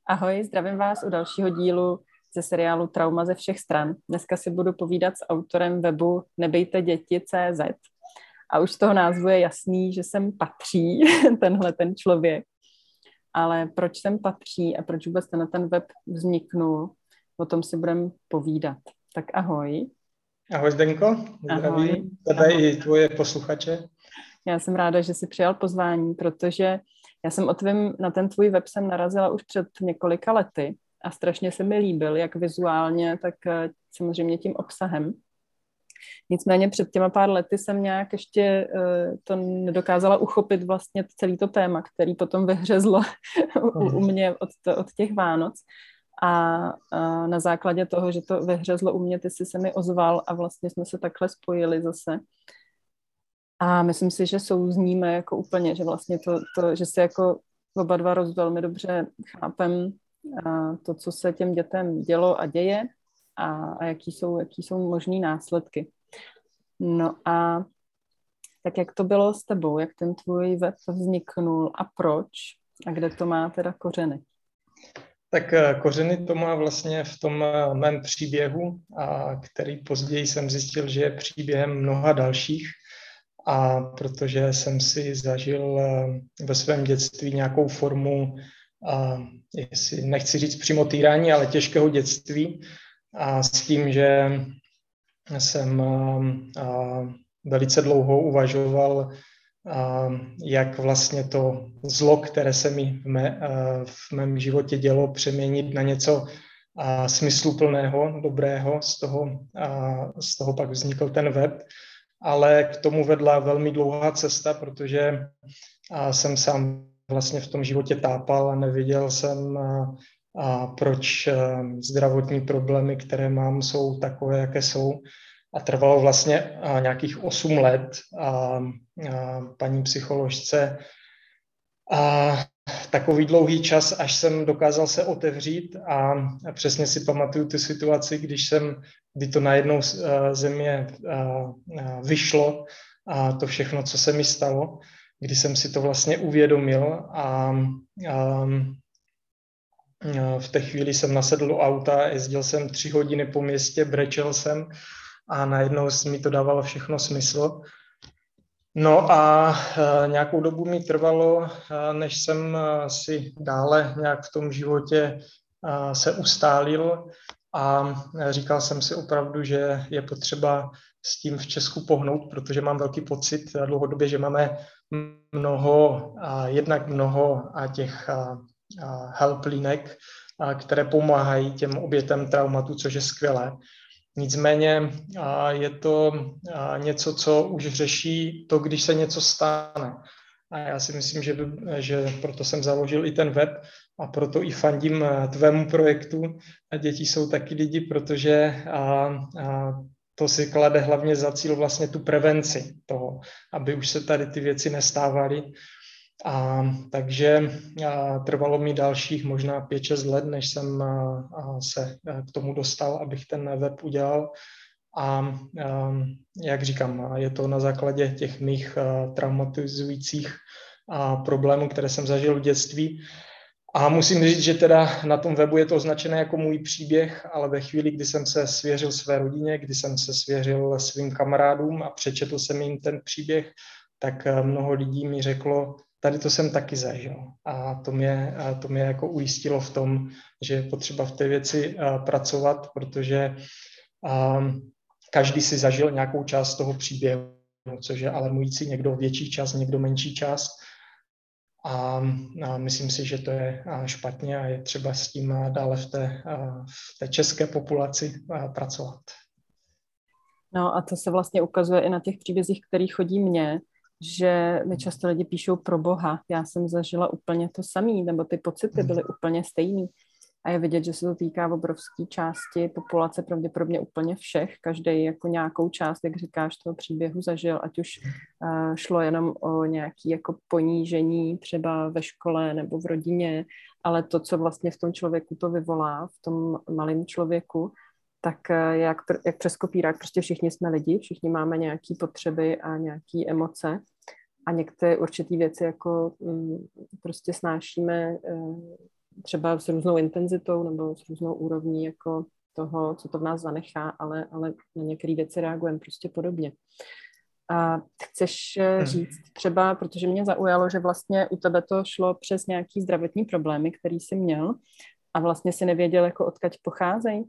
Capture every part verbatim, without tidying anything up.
Ahoj, zdravím vás u dalšího dílu ze seriálu Trauma ze všech stran. Dneska si budu povídat s autorem webu nebejte děti tečka cé zet. A už z toho názvu je jasný, že sem patří tenhle ten člověk. Ale proč sem patří a proč vůbec ten, ten web vzniknul, o tom si budeme povídat. Tak ahoj. Ahoj Zdenko, zdravím tebe i tvoje posluchače. Já jsem ráda, že jsi přijal pozvání, protože já jsem o tvým, na ten tvůj web jsem narazila už před několika lety a strašně se mi líbil, jak vizuálně, tak samozřejmě tím obsahem. Nicméně před těma pár lety jsem nějak ještě uh, to nedokázala uchopit vlastně celý to téma, který potom vyhřezlo u, u mě od, to, od těch Vánoc. A uh, na základě toho, že to vyhřezlo u mě, ty jsi se mi ozval a vlastně jsme se takhle spojili zase. A myslím si, že souzníme jako úplně, že vlastně to, to že se jako oba dva roz velmi dobře chápem uh, to, co se těm dětem dělo a děje a, a jaký jsou, jaký jsou možný následky. No a tak jak to bylo s tebou, jak ten tvůj web vzniknul a proč a kde to má teda kořeny? Tak kořeny to má vlastně v tom mém příběhu, a který později jsem zjistil, že je příběhem mnoha dalších. A protože jsem si zažil ve svém dětství nějakou formu, a jestli nechci říct přímo týrání, ale těžkého dětství, a s tím, že jsem a, velice dlouho uvažoval, a, jak vlastně to zlo, které se mi v, mé, a, v mém životě dělo, přeměnit na něco a, smysluplného, dobrého. Z toho, a, z toho pak vznikl ten web. Ale k tomu vedla velmi dlouhá cesta, protože a, jsem sám vlastně v tom životě tápal a nevěděl jsem, a, a proč a, zdravotní problémy, které mám, jsou takové, jaké jsou. A trvalo vlastně a, nějakých osm let a, a paní psycholožce a takový dlouhý čas, až jsem dokázal se otevřít a, a přesně si pamatuju tu situaci, když jsem, kdy to najednou ze mě vyšlo a to všechno, co se mi stalo, kdy jsem si to vlastně uvědomil a, a v té chvíli jsem nasedl do auta, jezdil jsem tři hodiny po městě, brečel jsem a najednou mi to dávalo všechno smysl. No a e, nějakou dobu mi trvalo, e, než jsem e, si dále nějak v tom životě e, se ustálil a říkal jsem si opravdu, že je potřeba s tím v Česku pohnout, protože mám velký pocit dlouhodobě, že máme mnoho, a jednak mnoho a těch a, a helplínek, a, které pomáhají těm obětem traumatu, což je skvělé. Nicméně je to něco, co už řeší to, když se něco stane. A já si myslím, že, že proto jsem založil i ten web a proto i fandím tvému projektu. A děti jsou taky lidi, protože a, a to si klade hlavně za cíl vlastně tu prevenci toho, aby už se tady ty věci nestávaly. A, takže a, trvalo mi dalších možná pět šest let, než jsem a, a se k tomu dostal, abych ten web udělal. A, a jak říkám, je to na základě těch mých a, traumatizujících a, problémů, které jsem zažil v dětství. A musím říct, že teda na tom webu je to označené jako můj příběh, ale ve chvíli, kdy jsem se svěřil své rodině, kdy jsem se svěřil svým kamarádům a přečetl jsem jim ten příběh, tak mnoho lidí mi řeklo, tady to jsem taky zažil. A to mě, to mě jako ujistilo v tom, že je potřeba v té věci pracovat, protože každý si zažil nějakou část toho příběhu, což je alarmující, někdo větší část, někdo menší část. A, a myslím si, že to je špatně a je třeba s tím dále v té, v té české populaci pracovat. No a to se vlastně ukazuje i na těch příbězích, který chodí mně, že mi často lidi píšou pro Boha. Já jsem zažila úplně to samé, nebo ty pocity byly úplně stejný. A je vidět, že se to týká obrovské části populace, pravděpodobně úplně všech. Každý jako nějakou část, jak říkáš, toho příběhu zažil, ať už uh, šlo jenom o nějaké jako ponížení třeba ve škole nebo v rodině, ale to, co vlastně v tom člověku to vyvolá, v tom malém člověku, tak jak, jak přes kopírák, prostě všichni jsme lidi, všichni máme nějaké potřeby a nějaké emoce a některé určitý věci jako um, prostě snášíme um, třeba s různou intenzitou nebo s různou úrovní jako toho, co to v nás zanechá, ale, ale na některé věci reagujeme prostě podobně. A chceš říct třeba, protože mě zaujalo, že vlastně u tebe to šlo přes nějaký zdravotní problémy, který jsi měl a vlastně si nevěděl, jako odkud pocházejí?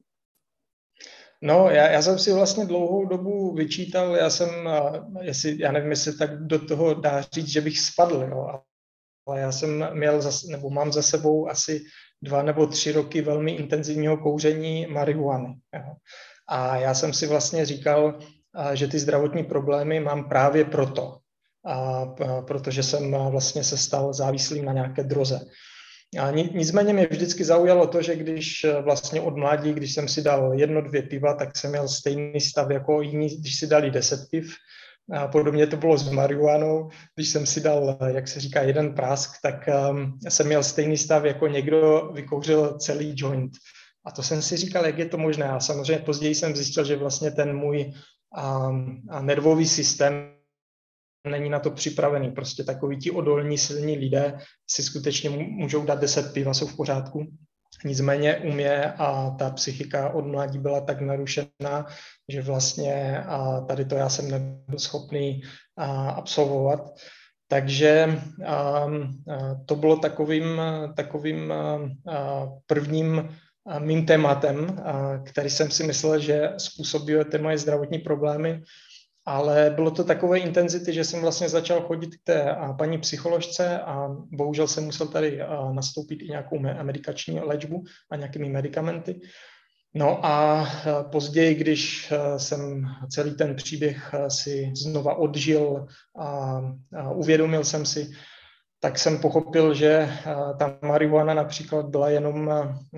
No, já, já jsem si vlastně dlouhou dobu vyčítal, já jsem, jestli, já nevím, jestli tak do toho dá říct, že bych spadl, jo, ale já jsem měl, za, nebo mám za sebou asi dva nebo tři roky velmi intenzivního kouření marihuany. Jo. A já jsem si vlastně říkal, že ty zdravotní problémy mám právě proto, a, protože jsem vlastně se stal závislým na nějaké droze. A nicméně mě vždycky zaujalo to, že když vlastně od mládí, když jsem si dal jedno, dvě piva, tak jsem měl stejný stav jako jiní, když si dali deset piv. A podobně to bylo s marihuanou. Když jsem si dal, jak se říká, jeden prask, tak um, jsem měl stejný stav, jako někdo vykouřil celý joint. A to jsem si říkal, jak je to možné. A samozřejmě později jsem zjistil, že vlastně ten můj um, nervový systém není na to připravený. Prostě takoví ti odolní, silní lidé si skutečně můžou dát deset piv a jsou v pořádku. Nicméně u mě a ta psychika od mládí byla tak narušená, že vlastně a tady to já jsem nebyl schopný a, absolvovat. Takže a, a, to bylo takovým, takovým a, a prvním a, mým tématem, a, který jsem si myslel, že způsobuje ty moje zdravotní problémy. Ale bylo to takové intenzity, že jsem vlastně začal chodit k té paní psycholožce a bohužel jsem musel tady nastoupit i nějakou medikační léčbu a nějakými medikamenty. No a později, když jsem celý ten příběh si znova odžil a uvědomil jsem si, tak jsem pochopil, že ta marihuana například byla jenom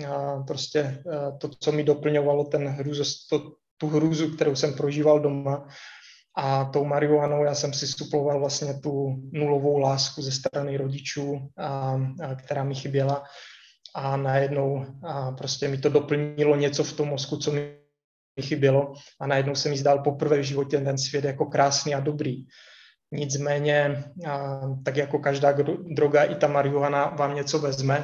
prostě to, co mi doplňovalo ten hrůz, to, tu hrůzu, kterou jsem prožíval doma. A tou marihuanou já jsem si suploval vlastně tu nulovou lásku ze strany rodičů, a, a, která mi chyběla. A najednou a prostě mi to doplnilo něco v tom mozku, co mi chybělo. A najednou se mi zdál poprvé v životě ten svět jako krásný a dobrý. Nicméně, a, tak jako každá droga, i ta marihuana vám něco vezme.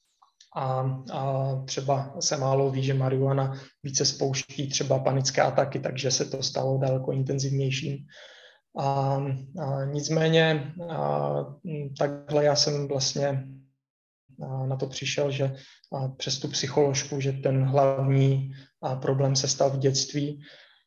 A, a třeba se málo ví, že marihuana více spouští třeba panické ataky, takže se to stalo daleko intenzivnějším. A, a nicméně a, takhle já jsem vlastně na to přišel, že přes tu psycholožku, že ten hlavní problém se stal v dětství.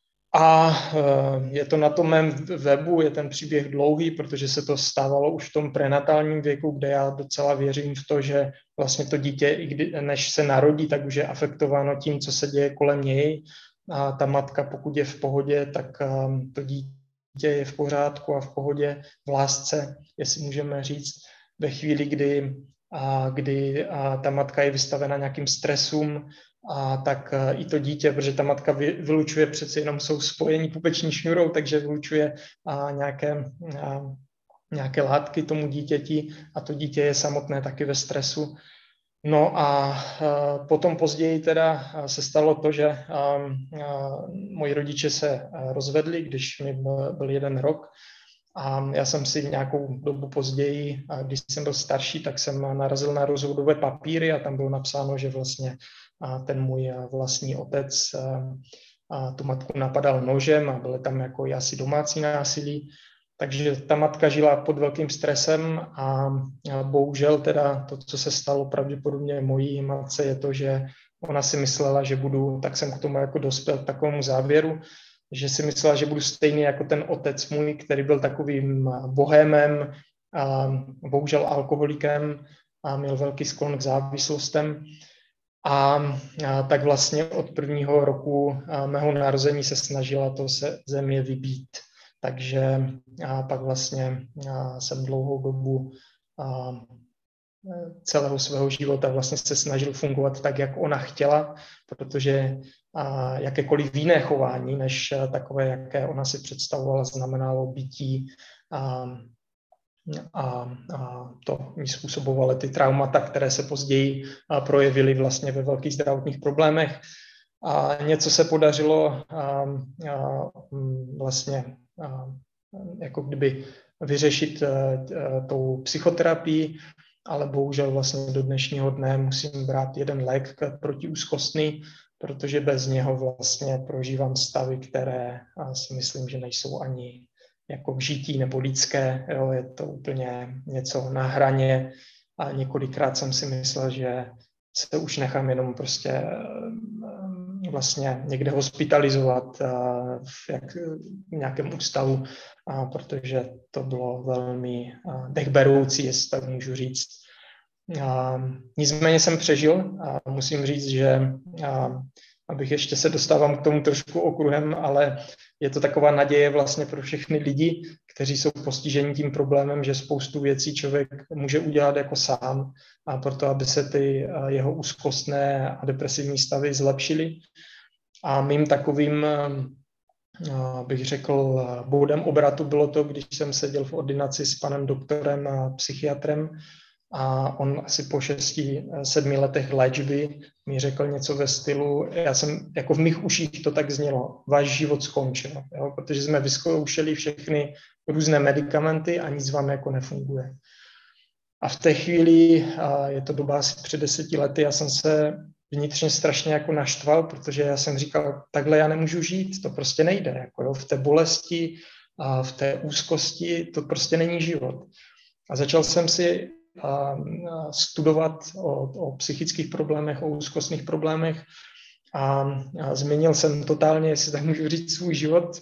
A je to na tom mém webu, je ten příběh dlouhý, protože se to stávalo už v tom prenatálním věku, kde já docela věřím v to, že vlastně to dítě, i kdy, než se narodí, tak už je afektováno tím, co se děje kolem něj. A ta matka, pokud je v pohodě, tak to dítě je v pořádku a v pohodě, v lásce, jestli můžeme říct, ve chvíli, kdy, a, kdy a ta matka je vystavena nějakým stresům, a tak i to dítě, protože ta matka vylučuje, přeci jenom jsou spojení pupeční šňůrou, takže vylučuje a nějaké, a nějaké látky tomu dítěti a to dítě je samotné taky ve stresu. No a, a potom později teda se stalo to, že a, a, moji rodiče se rozvedli, když mi byl jeden rok. A já jsem si nějakou dobu později, když jsem byl starší, tak jsem narazil na rozvodové papíry a tam bylo napsáno, že vlastně ten můj vlastní otec tu matku napadal nožem a byly tam jako asi domácí násilí. Takže ta matka žila pod velkým stresem a bohužel teda to, co se stalo pravděpodobně mojí matce, je to, že ona si myslela, že budu, tak jsem k tomu jako dospěl k takovému závěru, že si myslela, že budu stejný jako ten otec můj, který byl takovým bohémem, a bohužel alkoholikem a měl velký sklon k závislostem. A, a tak vlastně od prvního roku mého narození se snažila to se ze mě vybít. Takže a pak vlastně a jsem dlouhou dobu a celého svého života vlastně se snažil fungovat tak, jak ona chtěla, protože a jakékoliv jiné chování, než takové, jaké ona si představovala, znamenalo bytí a, a, a to mi způsobovaly ty traumata, které se později projevily vlastně ve velkých zdravotních problémech. A něco se podařilo a, a, vlastně a, jako kdyby vyřešit a, a, tou psychoterapií. ale bohužel vlastně do dnešního dne musím brát jeden lék protiúzkostný, protože bez něho vlastně prožívám stavy, které si myslím, že nejsou ani jako v žití nebo lidské. Jo, je to úplně něco na hraně a několikrát jsem si myslel, že se už nechám jenom prostě vlastně někde hospitalizovat v, jak, v nějakém ústavu, a protože to bylo velmi dechberoucí, jestli tak můžu říct. A nicméně jsem přežil a musím říct, že a, abych ještě se dostávám k tomu trošku okruhem, ale je to taková naděje vlastně pro všechny lidi, kteří jsou postiženi tím problémem, že spoustu věcí člověk může udělat jako sám a proto, aby se ty jeho úzkostné a depresivní stavy zlepšily. A mým takovým, bych řekl, bodem obratu bylo to, když jsem seděl v ordinaci s panem doktorem a psychiatrem, a on asi po šesti, sedmi letech léčby mi řekl něco ve stylu, já jsem, jako v mých uších to tak znělo, váš život skončil, jo? Protože jsme vyzkoušeli všechny různé medicamenty a nic vám jako nefunguje. A v té chvíli, a je to doba asi před deseti lety, já jsem se vnitřně strašně jako naštval, protože já jsem říkal, takhle já nemůžu žít, to prostě nejde, jako jo? V té bolesti a v té úzkosti to prostě není život. A začal jsem si a studovat o, o psychických problémech, o úzkostných problémech a, a změnil jsem totálně, jestli tak můžu říct, svůj život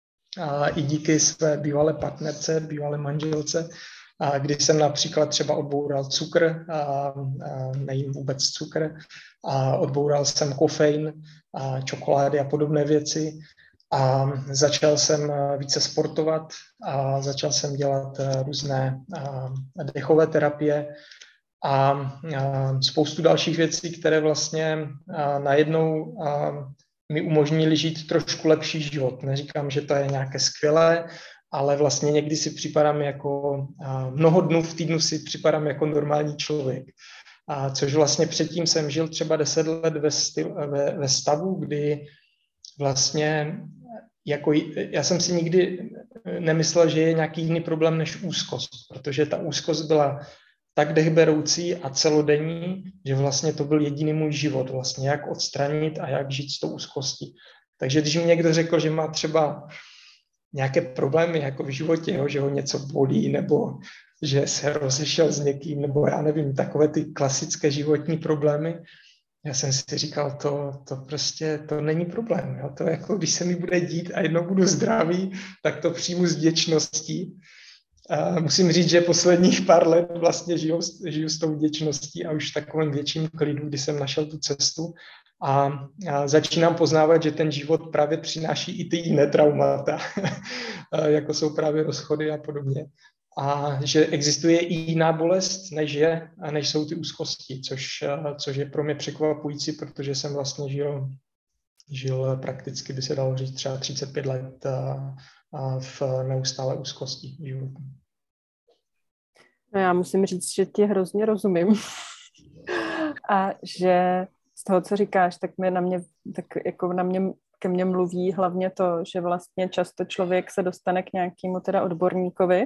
a i díky své bývalé partnerce, bývalé manželce, a kdy jsem například třeba odboural cukr, a, a nejím vůbec cukr, a odboural jsem kofein, a čokolády a podobné věci. A začal jsem více sportovat a začal jsem dělat různé dechové terapie a spoustu dalších věcí, které vlastně najednou mi umožnily žít trošku lepší život. Neříkám, že to je nějaké skvělé, ale vlastně někdy si připadám jako, mnoho dnů v týdnu si připadám jako normální člověk. A což vlastně předtím jsem žil třeba deset let ve, styl, ve, ve stavu, kdy vlastně jako, já jsem si nikdy nemyslel, že je nějaký jiný problém než úzkost, protože ta úzkost byla tak dechberoucí a celodenní, že vlastně to byl jediný můj život, vlastně jak odstranit a jak žít s tou úzkostí. Takže když mi někdo řekl, že má třeba nějaké problémy jako v životě, jo, že ho něco bolí, nebo že se rozešel s někým, nebo já nevím, takové ty klasické životní problémy, já jsem si říkal, to, to prostě, to není problém. Jo? To jako, když se mi bude dít a jednou budu zdravý, tak to přijmu s vděčností. A musím říct, že posledních pár let vlastně žiju, žiju s tou vděčností a už v takovém větším klidu, kdy jsem našel tu cestu a, a začínám poznávat, že ten život právě přináší i ty jiné traumata, jako jsou právě rozchody a podobně. A že existuje i jiná bolest, než je, a než jsou ty úzkosti, což, což je pro mě překvapující, protože jsem vlastně žil, žil prakticky, by se dalo říct, třeba třicet pět let a, a v neustále úzkosti životní. No já musím říct, že ti hrozně rozumím. A že z toho, co říkáš, tak mě na mě, tak jako na mě, ke mně mluví hlavně to, že vlastně často člověk se dostane k nějakému teda odborníkovi,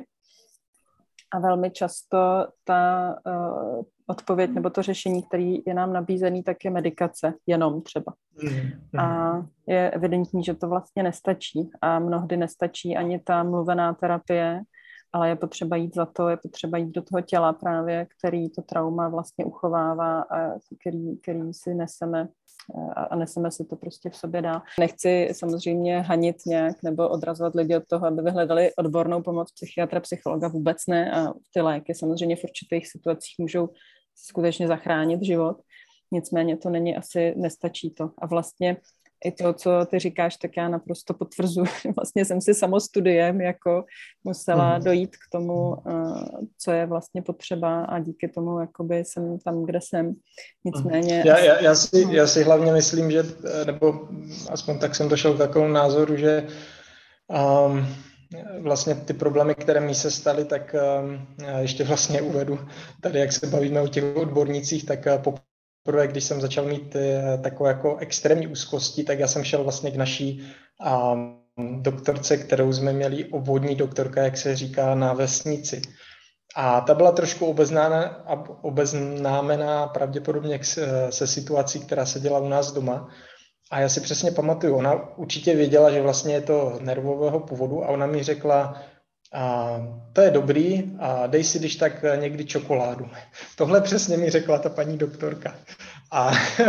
a velmi často ta uh, odpověď nebo to řešení, které je nám nabízený, tak je medikace, jenom třeba. Mm. A je evidentní, že to vlastně nestačí. A mnohdy nestačí ani ta mluvená terapie, ale je potřeba jít za to, je potřeba jít do toho těla právě, který to trauma vlastně uchovává a který, který si neseme a neseme si to prostě v sobě dál. Nechci samozřejmě hanit nějak nebo odrazovat lidi od toho, aby vyhledali odbornou pomoc psychiatra, psychologa, vůbec ne, a ty léky samozřejmě v určitých situacích můžou skutečně zachránit život, nicméně to není asi, nestačí to. A vlastně i to, co ty říkáš, tak já naprosto potvrzuji. Vlastně jsem si samostudiem jako musela dojít k tomu, co je vlastně potřeba a díky tomu jakoby jsem tam, kde jsem. Nicméně... Já, já, já, si, já si hlavně myslím, že, nebo aspoň tak jsem došel k takovému názoru, že um, vlastně ty problémy, které mi se staly, tak um, ještě vlastně uvedu tady, jak se bavíme o těch odbornících, tak po Prvé, když jsem začal mít takové jako extrémní úzkosti, tak já jsem šel vlastně k naší um, doktorce, kterou jsme měli, obvodní doktorka, jak se říká, na vesnici. A ta byla trošku obeznána, obeznámená pravděpodobně se situací, která se děla u nás doma. A já si přesně pamatuju, ona určitě věděla, že vlastně je to nervového původu a ona mi řekla, a to je dobrý, a dej si když tak někdy čokoládu. Tohle přesně mi řekla ta paní doktorka. A,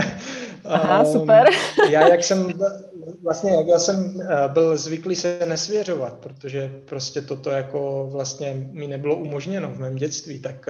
Aha, super. já, jak jsem vlastně, jak já jsem byl zvyklý se nesvěřovat, protože prostě toto jako vlastně mi nebylo umožněno v mém dětství, tak,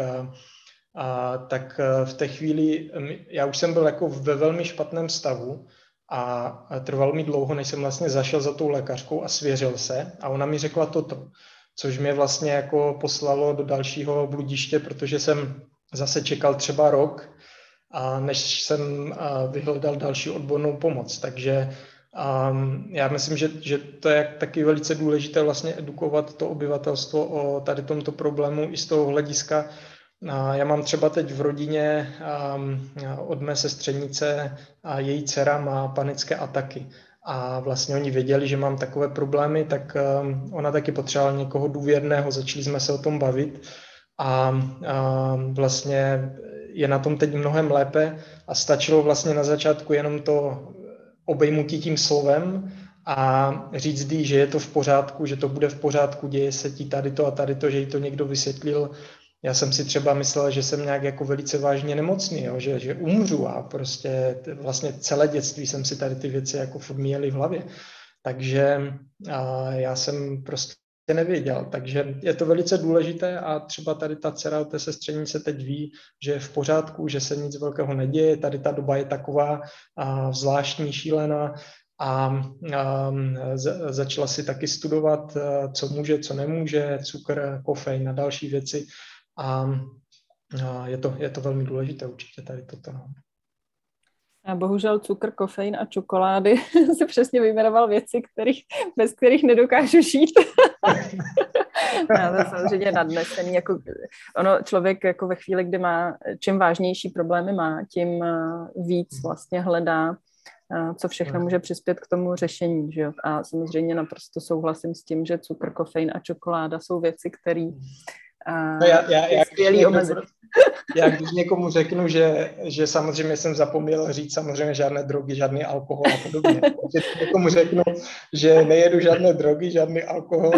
a, tak v té chvíli, já už jsem byl jako ve velmi špatném stavu a trvalo mi dlouho, než jsem vlastně zašel za tou lékařkou a svěřil se a ona mi řekla toto, což mě vlastně jako poslalo do dalšího bludiště, protože jsem zase čekal třeba rok, a než jsem vyhledal další odbornou pomoc. Takže um, já myslím, že, že to je taky velice důležité vlastně edukovat to obyvatelstvo o tady tomto problému i z toho hlediska. Já mám třeba teď v rodině um, od mé sestřenice a její dcera má panické ataky. A vlastně oni věděli, že mám takové problémy, tak um, ona taky potřebovala někoho důvěrného, začali jsme se o tom bavit a um, vlastně je na tom teď mnohem lépe a stačilo vlastně na začátku jenom to obejmutí tím slovem a říct jí, že je to v pořádku, že to bude v pořádku, děje se ti tady to a tady to, že jí to někdo vysvětlil. Já jsem si třeba myslel, že jsem nějak jako velice vážně nemocný, jo, že, že umřu a prostě vlastně celé dětství jsem si tady ty věci jako furt měli v hlavě. Takže a já jsem prostě nevěděl, takže je to velice důležité a třeba tady ta dcera od té sestřenice teď ví, že je v pořádku, že se nic velkého neděje, tady ta doba je taková a zvláštní, šílená a, a začala si taky studovat, co může, co nemůže, cukr, kofein a další věci a, a je, to, je to velmi důležité určitě tady toto. No. A bohužel cukr, kofein a čokolády si přesně vyjmenoval věci, kterých, bez kterých nedokážu žít. Já to samozřejmě nadnesený. Jako, ono člověk jako ve chvíli, kdy má, čím vážnější problémy má, tím víc vlastně hledá, co všechno může přispět k tomu řešení. Že jo? A samozřejmě naprosto souhlasím s tím, že cukr, kofein a čokoláda jsou věci, které no já, já, je skvělý omezit. Já když někomu řeknu, že, že samozřejmě jsem zapomněl říct samozřejmě žádné drogy, žádný alkohol a podobně. Když někomu řeknu, že nejedu žádné drogy, žádný alkohol,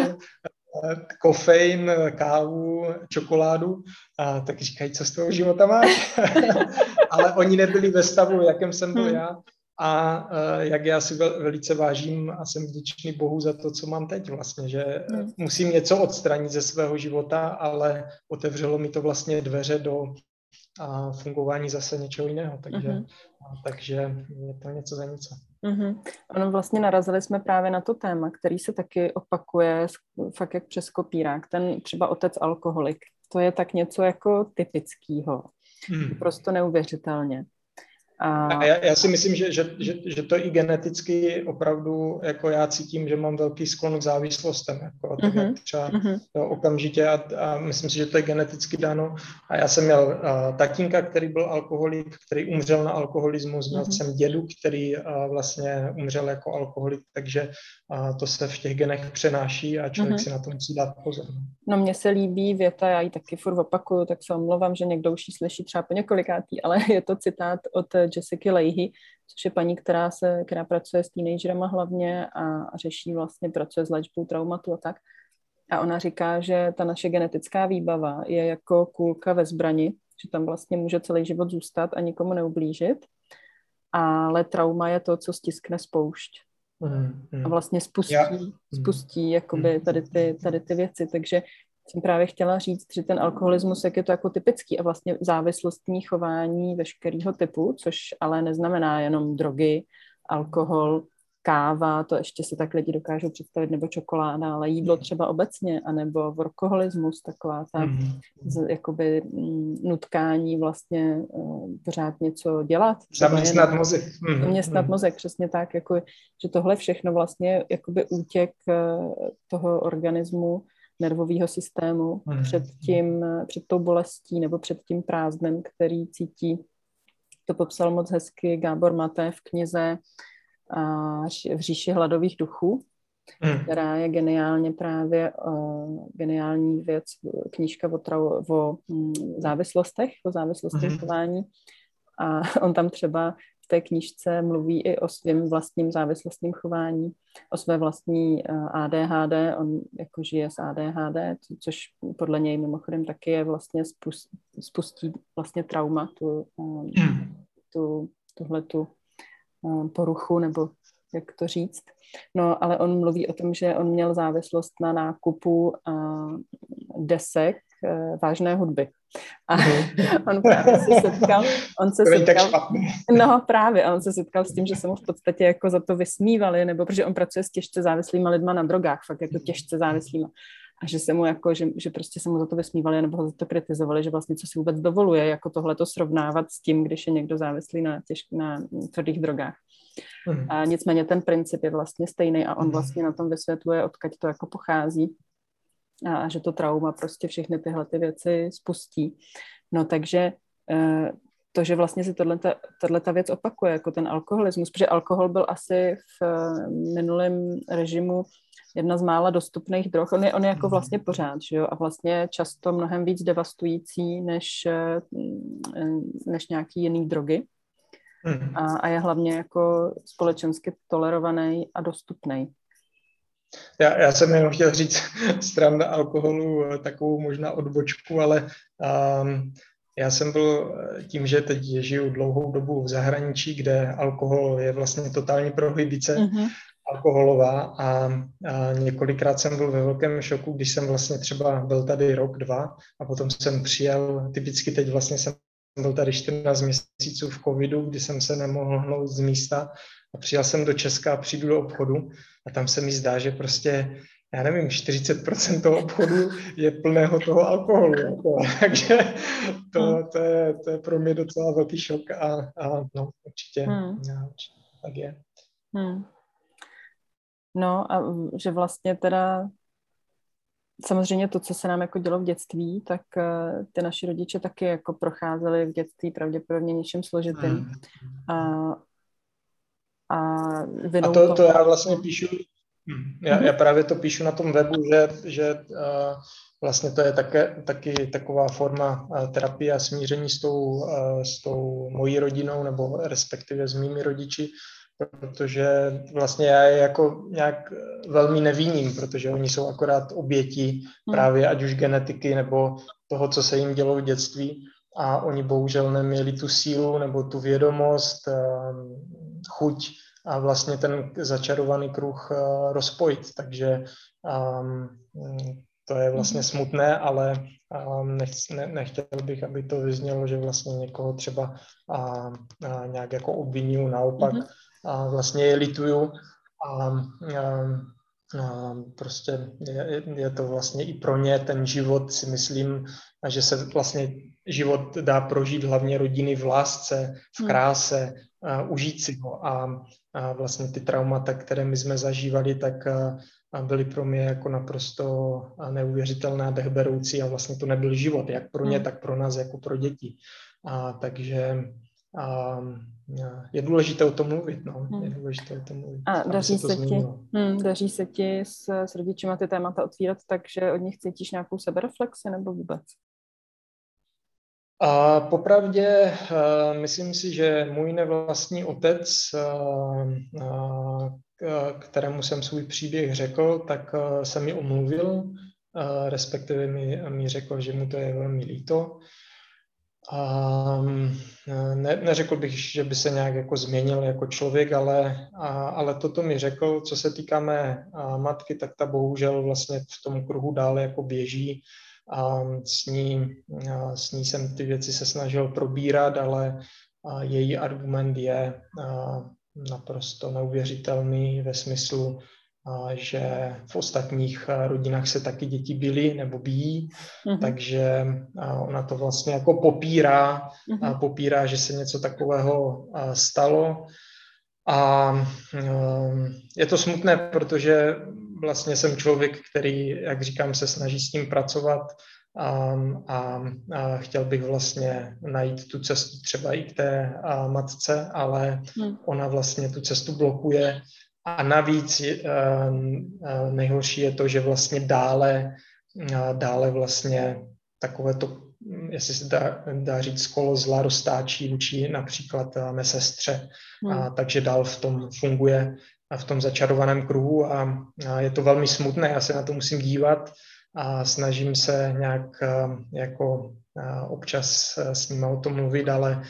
kofein, kávu, čokoládu, a tak říkají, co z toho života máš? Ale oni nebyli ve stavu, jakém jsem byl já. A uh, jak já si vel, velice vážím a jsem vděčný Bohu za to, co mám teď vlastně, že hmm. musím něco odstranit ze svého života, ale otevřelo mi to vlastně dveře do uh, fungování zase něčeho jiného, takže, hmm. uh, takže je to něco za něco. Mm-hmm. Ono vlastně narazili jsme právě na to téma, který se taky opakuje fakt jak přes kopírák, ten třeba otec alkoholik. To je tak něco jako typického, hmm. prostě neuvěřitelně. A já, já si myslím, že, že, že, že to i geneticky opravdu, jako já cítím, že mám velký sklon k závislostem, jako, tak mm-hmm. jak třeba to okamžitě a, a myslím si, že to je geneticky dáno. A já jsem měl uh, tatínka, který byl alkoholik, který umřel na alkoholismus, měl mm-hmm. jsem dědu, který uh, vlastně umřel jako alkoholik, takže uh, to se v těch genech přenáší a člověk mm-hmm. si na to musí dát pozor. No mně se líbí věta, já ji taky furt opakuju, tak se omlouvám, že někdo už ji slyší třeba po několikátý, ale je to citát od Jessica Lahey, což je paní, která, se, která pracuje s teenagerama hlavně a, a řeší vlastně, pracuje s léčbou traumatu a tak. A ona říká, že ta naše genetická výbava je jako kulka ve zbrani, že tam vlastně může celý život zůstat a nikomu neublížit, ale trauma je to, co stiskne spoušť. Mm, mm. A vlastně spustí, ja. spustí jakoby tady ty, tady ty věci, takže jsem právě chtěla říct, že ten alkoholismus, jak je to jako typický a vlastně závislostní chování veškerého typu, což ale neznamená jenom drogy, alkohol, káva, to ještě si tak lidi dokážou představit, nebo čokoláda, ale jídlo třeba obecně, anebo workoholismus, taková ta mm. z, jakoby nutkání vlastně uh, pořád něco dělat. Zaměstnat mozek. Mm. Zaměstnat mm. mozek, přesně tak, jako, že tohle všechno vlastně jakoby útěk uh, toho organismu, nervového systému mm. před tím, před tou bolestí nebo před tím prázdnem, který cítí. To popsal moc hezky Gábor Maté v knize a v říši hladových duchů. hmm. která je geniálně právě uh, geniální věc, knížka o, trau, o um, závislostech, o závislostech hmm. chování. A on tam třeba v té knížce mluví i o svém vlastním závislostním chování, o své vlastní uh, A D H D. On jako žije s A D H D, což podle něj mimochodem taky je vlastně spust, spustí vlastně trauma, tu, um, hmm. tu, tuhletu um, poruchu, nebo jak to říct. No, ale on mluví o tom, že on měl závislost na nákupu uh, desek uh, vážné hudby. A on právě se setkal, on se setkal, no právě, a on se setkal s tím, že se mu v podstatě jako za to vysmívali, nebo protože on pracuje s těžce závislýma lidma na drogách, fakt jako těžce závislýma. A že se mu jako, že, že prostě se mu za to vysmívali, nebo ho za to kritizovali, že vlastně co si vůbec dovoluje, jako tohleto srovnávat s tím, když je někdo závislý na, těž, na tvrdých drogách. Hmm. A nicméně ten princip je vlastně stejný a on vlastně na tom vysvětluje, odkud to jako pochází a, a že to trauma prostě všechny tyhle ty věci spustí. No takže to, že vlastně se tato věc opakuje, jako ten alkoholismus, protože alkohol byl asi v minulém režimu jedna z mála dostupných drog. On je, on je jako vlastně pořád, že jo? A vlastně často mnohem víc devastující než, než nějaký jiný drogy. Hmm. A, a je hlavně jako společensky tolerovaný a dostupný. Já, já jsem jenom chtěl říct stran alkoholu takovou možná odbočku, ale um, já jsem byl tím, že teď žiju dlouhou dobu v zahraničí, kde alkohol je vlastně totální prohibice mm-hmm. alkoholová a, a několikrát jsem byl ve velkém šoku, když jsem vlastně třeba byl tady rok, dva a potom jsem přijel, typicky teď vlastně jsem byl tady čtrnáct měsíců v covidu, kdy jsem se nemohl hnout z místa a přijel jsem do Česka a přijdu do obchodu a tam se mi zdá, že prostě, já nevím, čtyřicet procent toho obchodu je plného toho alkoholu. Jako. Takže to, to, je, to je pro mě docela velký šok a, a no, určitě, hmm. já, určitě tak je. Hmm. No a že vlastně teda samozřejmě to, co se nám jako dělo v dětství, tak uh, ty naši rodiče taky jako procházeli v dětství pravděpodobně něčím složitým. Hmm. A, a, a to, to já vlastně píšu, já, já právě to píšu na tom webu, že, že uh, vlastně to je také, taky taková forma uh, terapie a smíření s tou, uh, s tou mojí rodinou, nebo respektive s mými rodiči, protože vlastně já je jako nějak velmi neviním, protože oni jsou akorát oběti právě ať už genetiky nebo toho, co se jim dělo v dětství a oni bohužel neměli tu sílu nebo tu vědomost, chuť a vlastně ten začarovaný kruh rozpojit, takže um, to je vlastně smutné, ale um, nech, ne, nechtěl bych, aby to vyznělo, že vlastně někoho třeba a, a nějak jako obvinuju, naopak mm-hmm. a vlastně je lituju a, a, a prostě je, je to vlastně i pro ně ten život, si myslím, že se vlastně život dá prožít hlavně rodiny v lásce, v kráse, a užít si ho a, a vlastně ty traumata, které my jsme zažívali, tak a, a byly pro mě jako naprosto neuvěřitelné a dechberoucí a vlastně to nebyl život, jak pro ně, tak pro nás, jako pro děti. A takže a, je důležité o tom mluvit, no. Je důležité o tom mluvit. A daří se, se ti, hm, daří se ti s, s rodičima ty témata otvírat, takže od nich cítíš nějakou sebereflexi nebo vůbec? A popravdě uh, myslím si, že můj nevlastní otec, uh, uh, kterému jsem svůj příběh řekl, tak uh, se mi omluvil, uh, respektive mi, mi řekl, že mu to je velmi líto. Um, ne, neřekl bych, že by se nějak jako změnil jako člověk, ale, a, ale toto mi řekl, co se týká mé a, matky, tak ta bohužel vlastně v tom kruhu dále jako běží. A s ní, a s ní jsem ty věci se snažil probírat, ale a její argument je a, naprosto neuvěřitelný ve smyslu, a, že v ostatních rodinách se taky děti bily nebo bijí, mm-hmm. takže a, ona to vlastně jako popírá, mm-hmm. a popírá, že se něco takového a, stalo. A je to smutné, protože vlastně jsem člověk, který, jak říkám, se snaží s tím pracovat a, a, a chtěl bych vlastně najít tu cestu třeba i k té a, matce, ale hmm. ona vlastně tu cestu blokuje a navíc nejhorší je to, že vlastně dále, dále vlastně takové to, jestli se dá, dá říct, kolo zla roztáčí vůči například mé sestře, hmm. a takže dál v tom funguje v tom začarovaném kruhu a, a je to velmi smutné, já se na to musím dívat a snažím se nějak jako občas s nimi o tom mluvit, ale,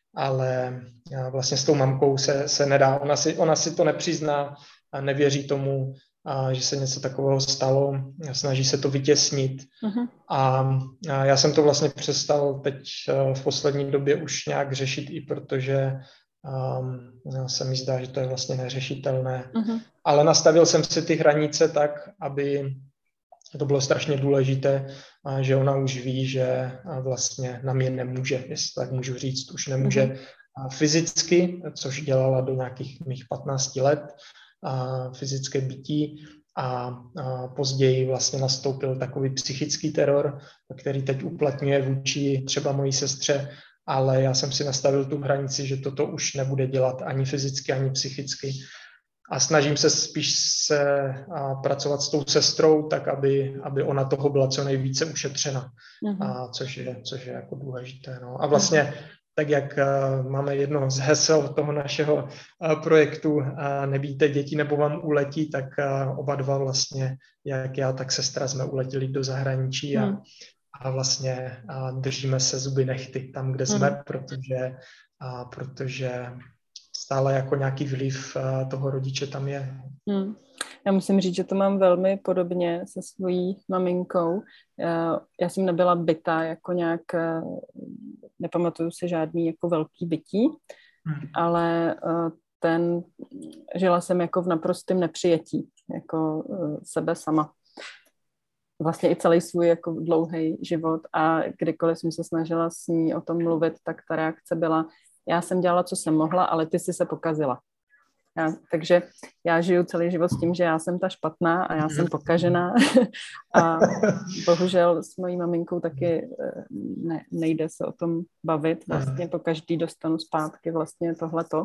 ale vlastně s tou mamkou se, se nedá, ona si, ona si to nepřizná a nevěří tomu, a že se něco takového stalo, snaží se to vytěsnit. Uh-huh. A, a já jsem to vlastně přestal teď v poslední době už nějak řešit, i protože um, se mi zdá, že to je vlastně neřešitelné. Uh-huh. Ale nastavil jsem si ty hranice tak, aby to bylo strašně důležité, a že ona už ví, že vlastně na mě nemůže, jestli tak můžu říct, už nemůže uh-huh. fyzicky, což dělala do nějakých mých patnácti let, a fyzické bytí a, a později vlastně nastoupil takový psychický teror, který teď uplatňuje vůči třeba mojí sestře, ale já jsem si nastavil tu hranici, že toto už nebude dělat ani fyzicky, ani psychicky. A snažím se spíš se a pracovat s tou sestrou, tak aby, aby ona toho byla co nejvíce ušetřena, mm-hmm. a což je, což je jako důležité. No. A vlastně mm-hmm. tak jak uh, máme jedno z hesel toho našeho uh, projektu uh, nebýte děti nebo vám uletí, tak uh, oba dva vlastně, jak já, tak sestra, jsme uletěli do zahraničí a, mm. a vlastně uh, držíme se zuby nehty tam, kde jsme, mm. protože, uh, protože stále jako nějaký vliv uh, toho rodiče tam je. Mm. Já musím říct, že to mám velmi podobně se svojí maminkou. Já jsem nebyla bytá jako nějak, nepamatuju si žádný jako velký bytí, hmm. ale ten, žila jsem jako v naprostém nepřijetí, jako sebe sama. Vlastně i celý svůj jako dlouhý život a kdykoliv jsem se snažila s ní o tom mluvit, tak ta reakce byla, já jsem dělala, co jsem mohla, ale ty jsi se pokazila. Já, takže já žiju celý život s tím, že já jsem ta špatná a já jsem pokažená a bohužel s mojí maminkou taky ne, nejde se o tom bavit. Vlastně po každý dostanu zpátky vlastně tohleto,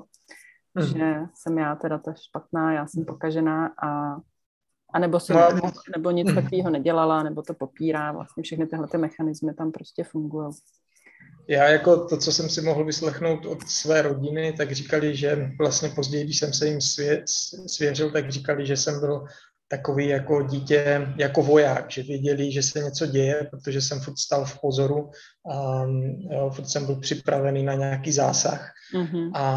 že jsem já teda ta špatná, já jsem pokažená a, a nebo, jsem, nebo, nebo nic takového nedělala, nebo to popírá. Vlastně všechny tyhle ty mechanismy tam prostě fungují. Já jako to, co jsem si mohl vyslechnout od své rodiny, tak říkali, že vlastně později, když jsem se jim svě, svěřil, tak říkali, že jsem byl takový jako dítě, jako voják, že věděli, že se něco děje, protože jsem furt stál v pozoru a jo, furt jsem byl připravený na nějaký zásah. Mm-hmm. A,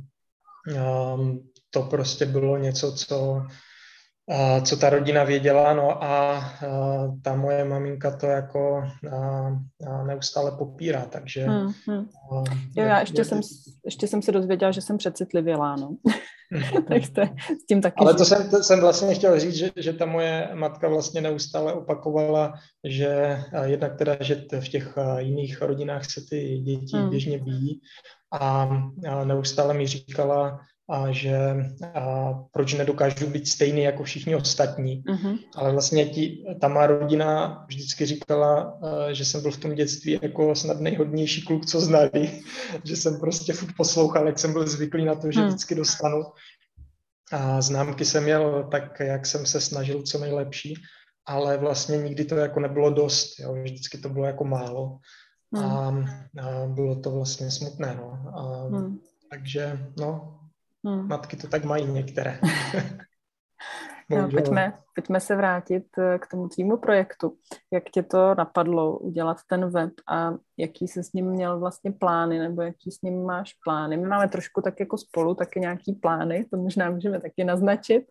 a to prostě bylo něco, co... A co ta rodina věděla, no a, a ta moje maminka to jako a, a neustále popírá, takže... Hmm, hmm. A, jo, já ještě, je, jsem, ještě jsem se dozvěděla, že jsem přecitlivělá, no. Tak to, s tím taky... Ale to jsem, to jsem vlastně chtěl říct, že, že ta moje matka vlastně neustále opakovala, že jednak teda, že v těch jiných rodinách se ty děti hmm. běžně bijí a, a neustále mi říkala, a že a proč nedokážu být stejný jako všichni ostatní. Uh-huh. Ale vlastně tí, ta má rodina vždycky říkala, že jsem byl v tom dětství jako snad nejhodnější kluk, co znali. Že jsem prostě furt poslouchal, jak jsem byl zvyklý na to, že vždycky dostanu. A známky jsem měl tak, jak jsem se snažil co nejlepší, ale vlastně nikdy to jako nebylo dost. Jo. Vždycky to bylo jako málo. Uh-huh. A, a bylo to vlastně smutné. No. A, uh-huh. Takže no, Hmm. matky to tak mají některé. No, pojďme, pojďme se vrátit k tomu tvýmu projektu. Jak tě to napadlo udělat ten web a jaký jsi s ním měl vlastně plány, nebo jaký s ním máš plány? My máme trošku tak jako spolu taky nějaký plány, to možná můžeme taky naznačit.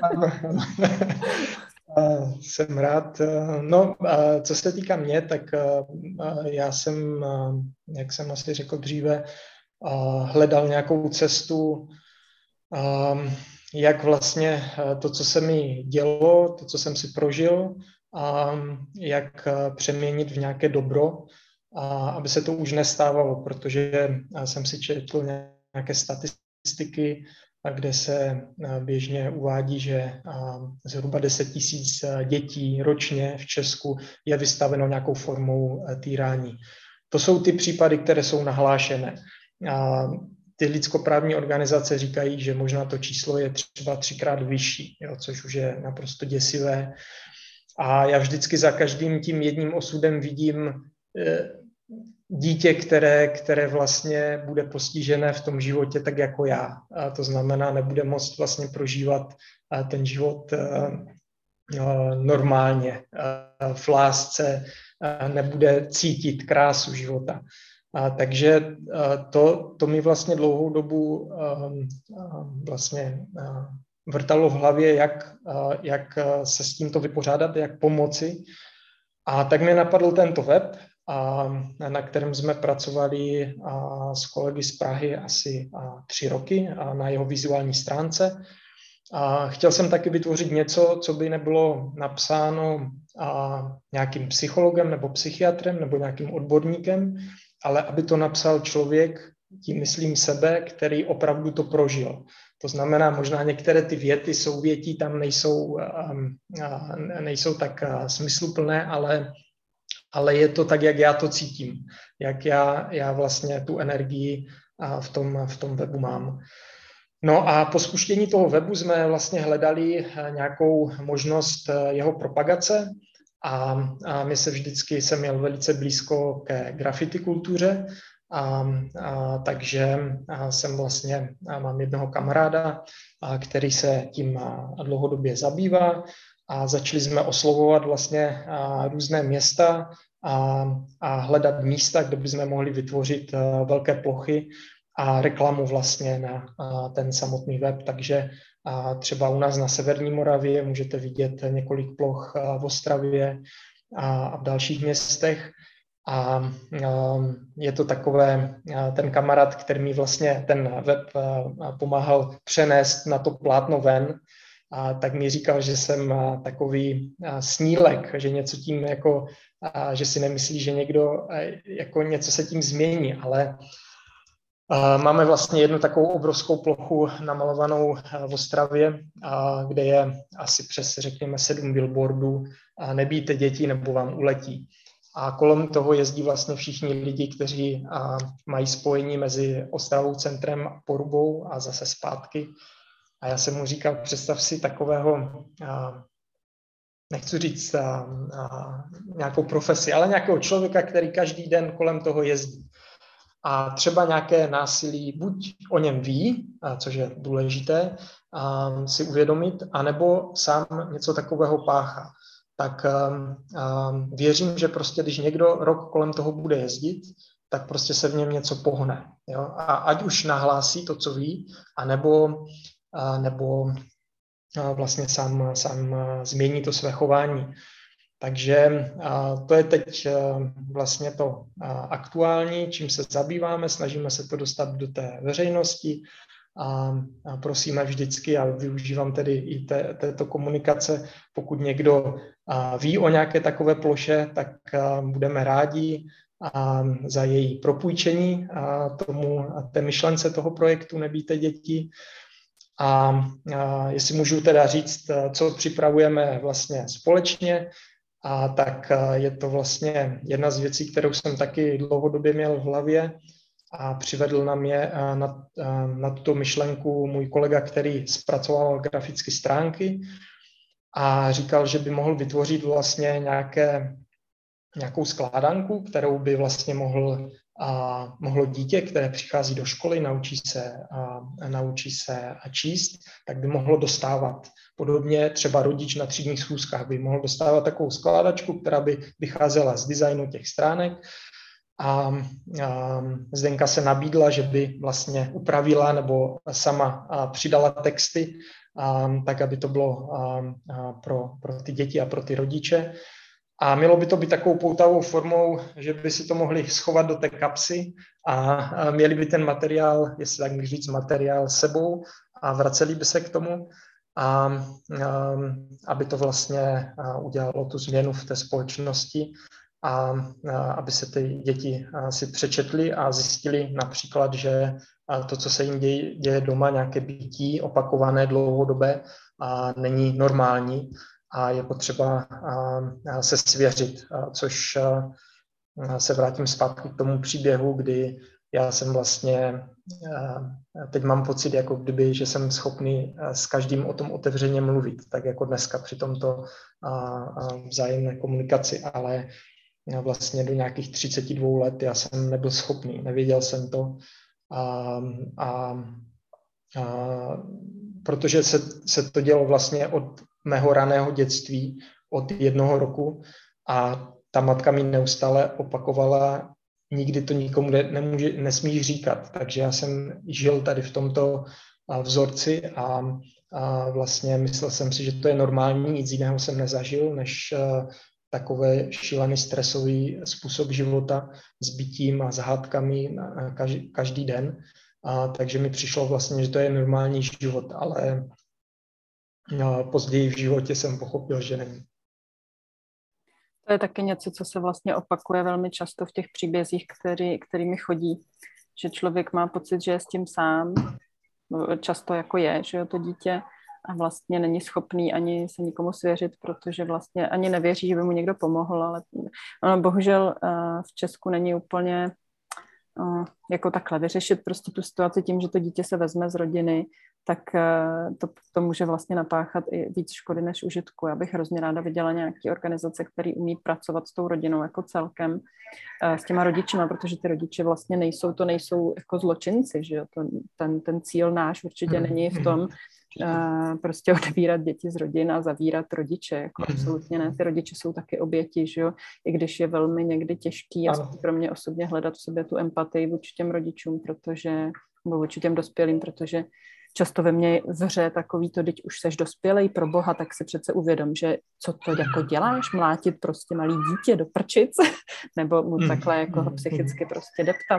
Jsem rád. No, co se týká mě, tak já jsem, jak jsem asi řekl dříve, hledal nějakou cestu, Um, jak vlastně to, co se mi dělo, to, co jsem si prožil, um, jak přeměnit v nějaké dobro, a aby se to už nestávalo, protože jsem si četl nějaké statistiky, kde se běžně uvádí, že zhruba deset tisíc dětí ročně v Česku je vystaveno nějakou formou týrání. To jsou ty případy, které jsou nahlášené. ty lidskoprávní organizace říkají, že možná to číslo je třeba třikrát vyšší, jo, což už je naprosto děsivé. A já vždycky za každým tím jedním osudem vidím eh, dítě, které, které vlastně bude postižené v tom životě tak jako já. A to znamená, nebude moct vlastně prožívat ten život normálně, v lásce, nebude cítit krásu života. A takže to, to mi vlastně dlouhou dobu vlastně vrtalo v hlavě, jak, jak se s tímto vypořádat, jak pomoci. A tak mi napadl tento web, a na kterém jsme pracovali a s kolegy z Prahy asi a tři roky a na jeho vizuální stránce. A chtěl jsem taky vytvořit něco, co by nebylo napsáno a nějakým psychologem nebo psychiatrem nebo nějakým odborníkem, ale aby to napsal člověk, tím myslím sebe, který opravdu to prožil. To znamená, možná některé ty věty, souvětí tam nejsou, nejsou tak smysluplné, ale ale je to tak, jak já to cítím, jak já, já vlastně tu energii v tom, v tom webu mám. No a po spuštění toho webu jsme vlastně hledali nějakou možnost jeho propagace a, a my se vždycky jsem měl velice blízko ke graffiti kultuře, a, a, takže a jsem vlastně, a mám jednoho kamaráda, a, který se tím dlouhodobě zabývá. A začali jsme oslovovat vlastně různé města a, a hledat místa, kde bychom mohli vytvořit velké plochy a reklamu vlastně na ten samotný web. Takže třeba u nás na Severní Moravě můžete vidět několik ploch v Ostravě a v dalších městech. A je to takové, ten kamarád, který mi vlastně ten web pomáhal přenést na to plátno ven, a tak mi říkal, že jsem takový snílek, že něco tím jako, že si nemyslí, že někdo jako něco se tím změní, ale máme vlastně jednu takovou obrovskou plochu namalovanou v Ostravě, kde je asi přes, řekněme, sedm billboardů, nebijte děti nebo vám uletí. A kolem toho jezdí vlastně všichni lidi, kteří mají spojení mezi Ostravou centrem a Porubou a zase zpátky. A já jsem mu říkal, představ si takového, nechci říct nějakou profesi, ale nějakého člověka, který každý den kolem toho jezdí. A třeba nějaké násilí buď o něm ví, což je důležité si uvědomit, anebo sám něco takového páchá. Tak věřím, že prostě, když někdo rok kolem toho bude jezdit, tak prostě se v něm něco pohne. Jo? A ať už nahlásí to, co ví, anebo nebo vlastně sám, sám změní to své chování. Takže to je teď vlastně to aktuální, čím se zabýváme, snažíme se to dostat do té veřejnosti a prosíme vždycky, a využívám tedy i té, této komunikace, pokud někdo ví o nějaké takové ploše, tak budeme rádi za její propůjčení tomu, té myšlence toho projektu Nebijte děti. A, a jestli můžu teda říct, co připravujeme vlastně společně, a tak je to vlastně jedna z věcí, kterou jsem taky dlouhodobě měl v hlavě a přivedl na mě na, na tuto myšlenku můj kolega, který zpracoval grafické stránky a říkal, že by mohl vytvořit vlastně nějaké, nějakou skládanku, kterou by vlastně mohl a mohlo dítě, které přichází do školy, naučí se, a, naučí se a číst, tak by mohlo dostávat. Podobně třeba rodič na třídních schůzkách by mohl dostávat takovou skládačku, která by vycházela z designu těch stránek. A, a Zdenka se nabídla, že by vlastně upravila nebo sama přidala texty, a, tak aby to bylo a, a pro, pro ty děti a pro ty rodiče. A mělo by to být takovou poutavou formou, že by si to mohli schovat do té kapsy a měli by ten materiál, jestli tak můžu říct, materiál sebou a vraceli by se k tomu, a, a aby to vlastně udělalo tu změnu v té společnosti a, a aby se ty děti si přečetly a zjistili například, že to, co se jim děje, děje doma, nějaké bytí opakované dlouhodobé, a není normální. A je potřeba se svěřit, což se vrátím zpátky k tomu příběhu, kdy já jsem vlastně teď mám pocit, jako kdyby, že jsem schopný s každým o tom otevřeně mluvit, tak jako dneska při tomto vzájemné komunikaci, ale vlastně do nějakých třicet dva let já jsem nebyl schopný, nevěděl jsem to a, a, a protože se, se to dělo vlastně od mého raného dětství, od jednoho roku a ta matka mi neustále opakovala, nikdy to nikomu ne, nemůže, nesmíš říkat. Takže já jsem žil tady v tomto vzorci a, a vlastně myslel jsem si, že to je normální, nic jiného jsem nezažil, než takové šílený stresový způsob života s bytím a s hádkami každý, každý den. A, takže mi přišlo vlastně, že to je normální život, ale no, později v životě jsem pochopil, že není. To je taky něco, co se vlastně opakuje velmi často v těch příbězích, který, kterými chodí, že člověk má pocit, že je s tím sám, často jako je, že jo, to dítě, a vlastně není schopný ani se nikomu svěřit, protože vlastně ani nevěří, že by mu někdo pomohl, ale ono bohužel v Česku není úplně jako takhle vyřešit prostě tu situaci tím, že to dítě se vezme z rodiny, tak to, to může vlastně napáchat i víc škody než užitku. Já bych hrozně ráda viděla nějaké organizace, které umí pracovat s tou rodinou jako celkem, s těma rodičima, protože ty rodiče vlastně nejsou, to nejsou jako zločinci, že jo? To, ten, ten cíl náš určitě není v tom uh, prostě odebírat děti z rodin a zavírat rodiče, jako absolutně ne. Ty rodiče jsou taky oběti, že jo? I když je velmi někdy těžký, aspoň pro mě osobně hledat v sobě tu empatii vůči těm rodičům, protože, nebo vůči těm dospělým, protože často ve mně zře takový to, teď už seš dospělej, pro boha, tak si přece uvědom, že co to jako děláš, mlátit prostě malý dítě do prčic, nebo mu takhle jako ho psychicky prostě deptat.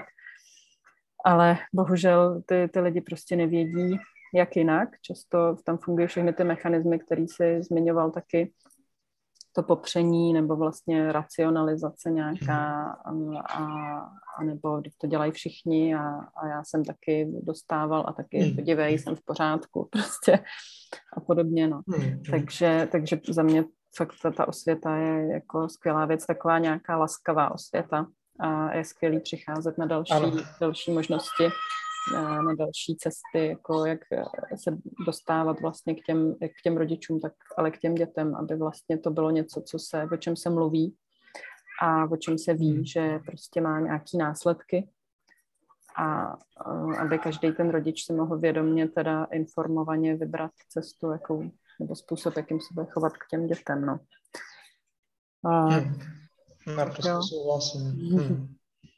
Ale bohužel ty, ty lidi prostě nevědí, jak jinak. Často tam fungují všechny ty mechanismy, který jsi zmiňoval taky, to popření nebo vlastně racionalizace nějaká a, a, a nebo když to dělají všichni a, a já jsem taky dostával a taky podívej, jsem v pořádku prostě a podobně, no. Takže, takže za mě fakt ta, ta osvěta je jako skvělá věc, taková nějaká laskavá osvěta a je skvělý přicházet na další, další možnosti, na další cesty, jako jak se dostávat vlastně k těm, k těm rodičům, tak ale k těm dětem, aby vlastně to bylo něco, co se, o čem se mluví a o čem se ví, že prostě má nějaký následky a aby každý ten rodič si mohl vědomě teda informovaně vybrat cestu, jakou, nebo způsob, jakým se bude chovat k těm dětem, no. A, hmm. Naprosto souhlasím. Hmm.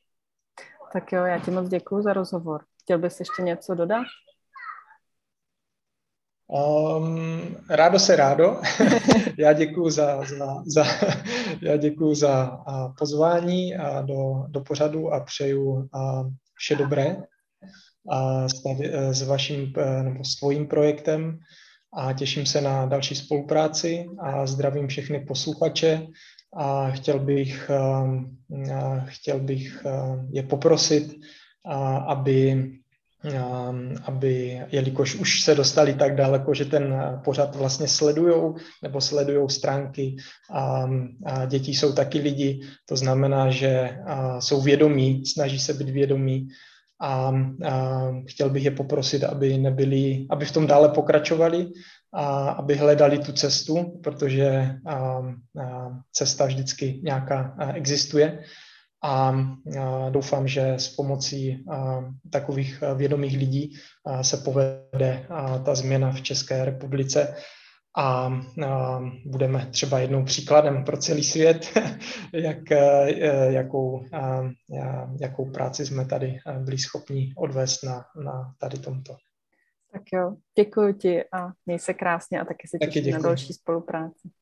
Tak jo, já ti moc děkuju za rozhovor. Chtěl bys ještě něco dodat? Um, rádo se rádo. já děkuju za, za, za, já děkuju za a, pozvání a do, do pořadu a přeju a, vše dobré a s, tady, s vaším nebo s tvojím projektem a těším se na další spolupráci a zdravím všechny posluchače a chtěl bych, a, chtěl bych je poprosit, a, aby aby, jelikož už se dostali tak daleko, že ten pořad vlastně sledujou nebo sledujou stránky a, a děti jsou taky lidi, to znamená, že jsou vědomí, snaží se být vědomí a, a chtěl bych je poprosit, aby nebyli, aby v tom dále pokračovali a aby hledali tu cestu, protože a, a cesta vždycky nějaká existuje. A doufám, že s pomocí takových vědomých lidí se povede ta změna v České republice a budeme třeba jednou příkladem pro celý svět, jak, jakou, jakou práci jsme tady byli schopni odvést na, na tady tomto. Tak jo, děkuji ti a měj se krásně a taky se těším na další spolupráci.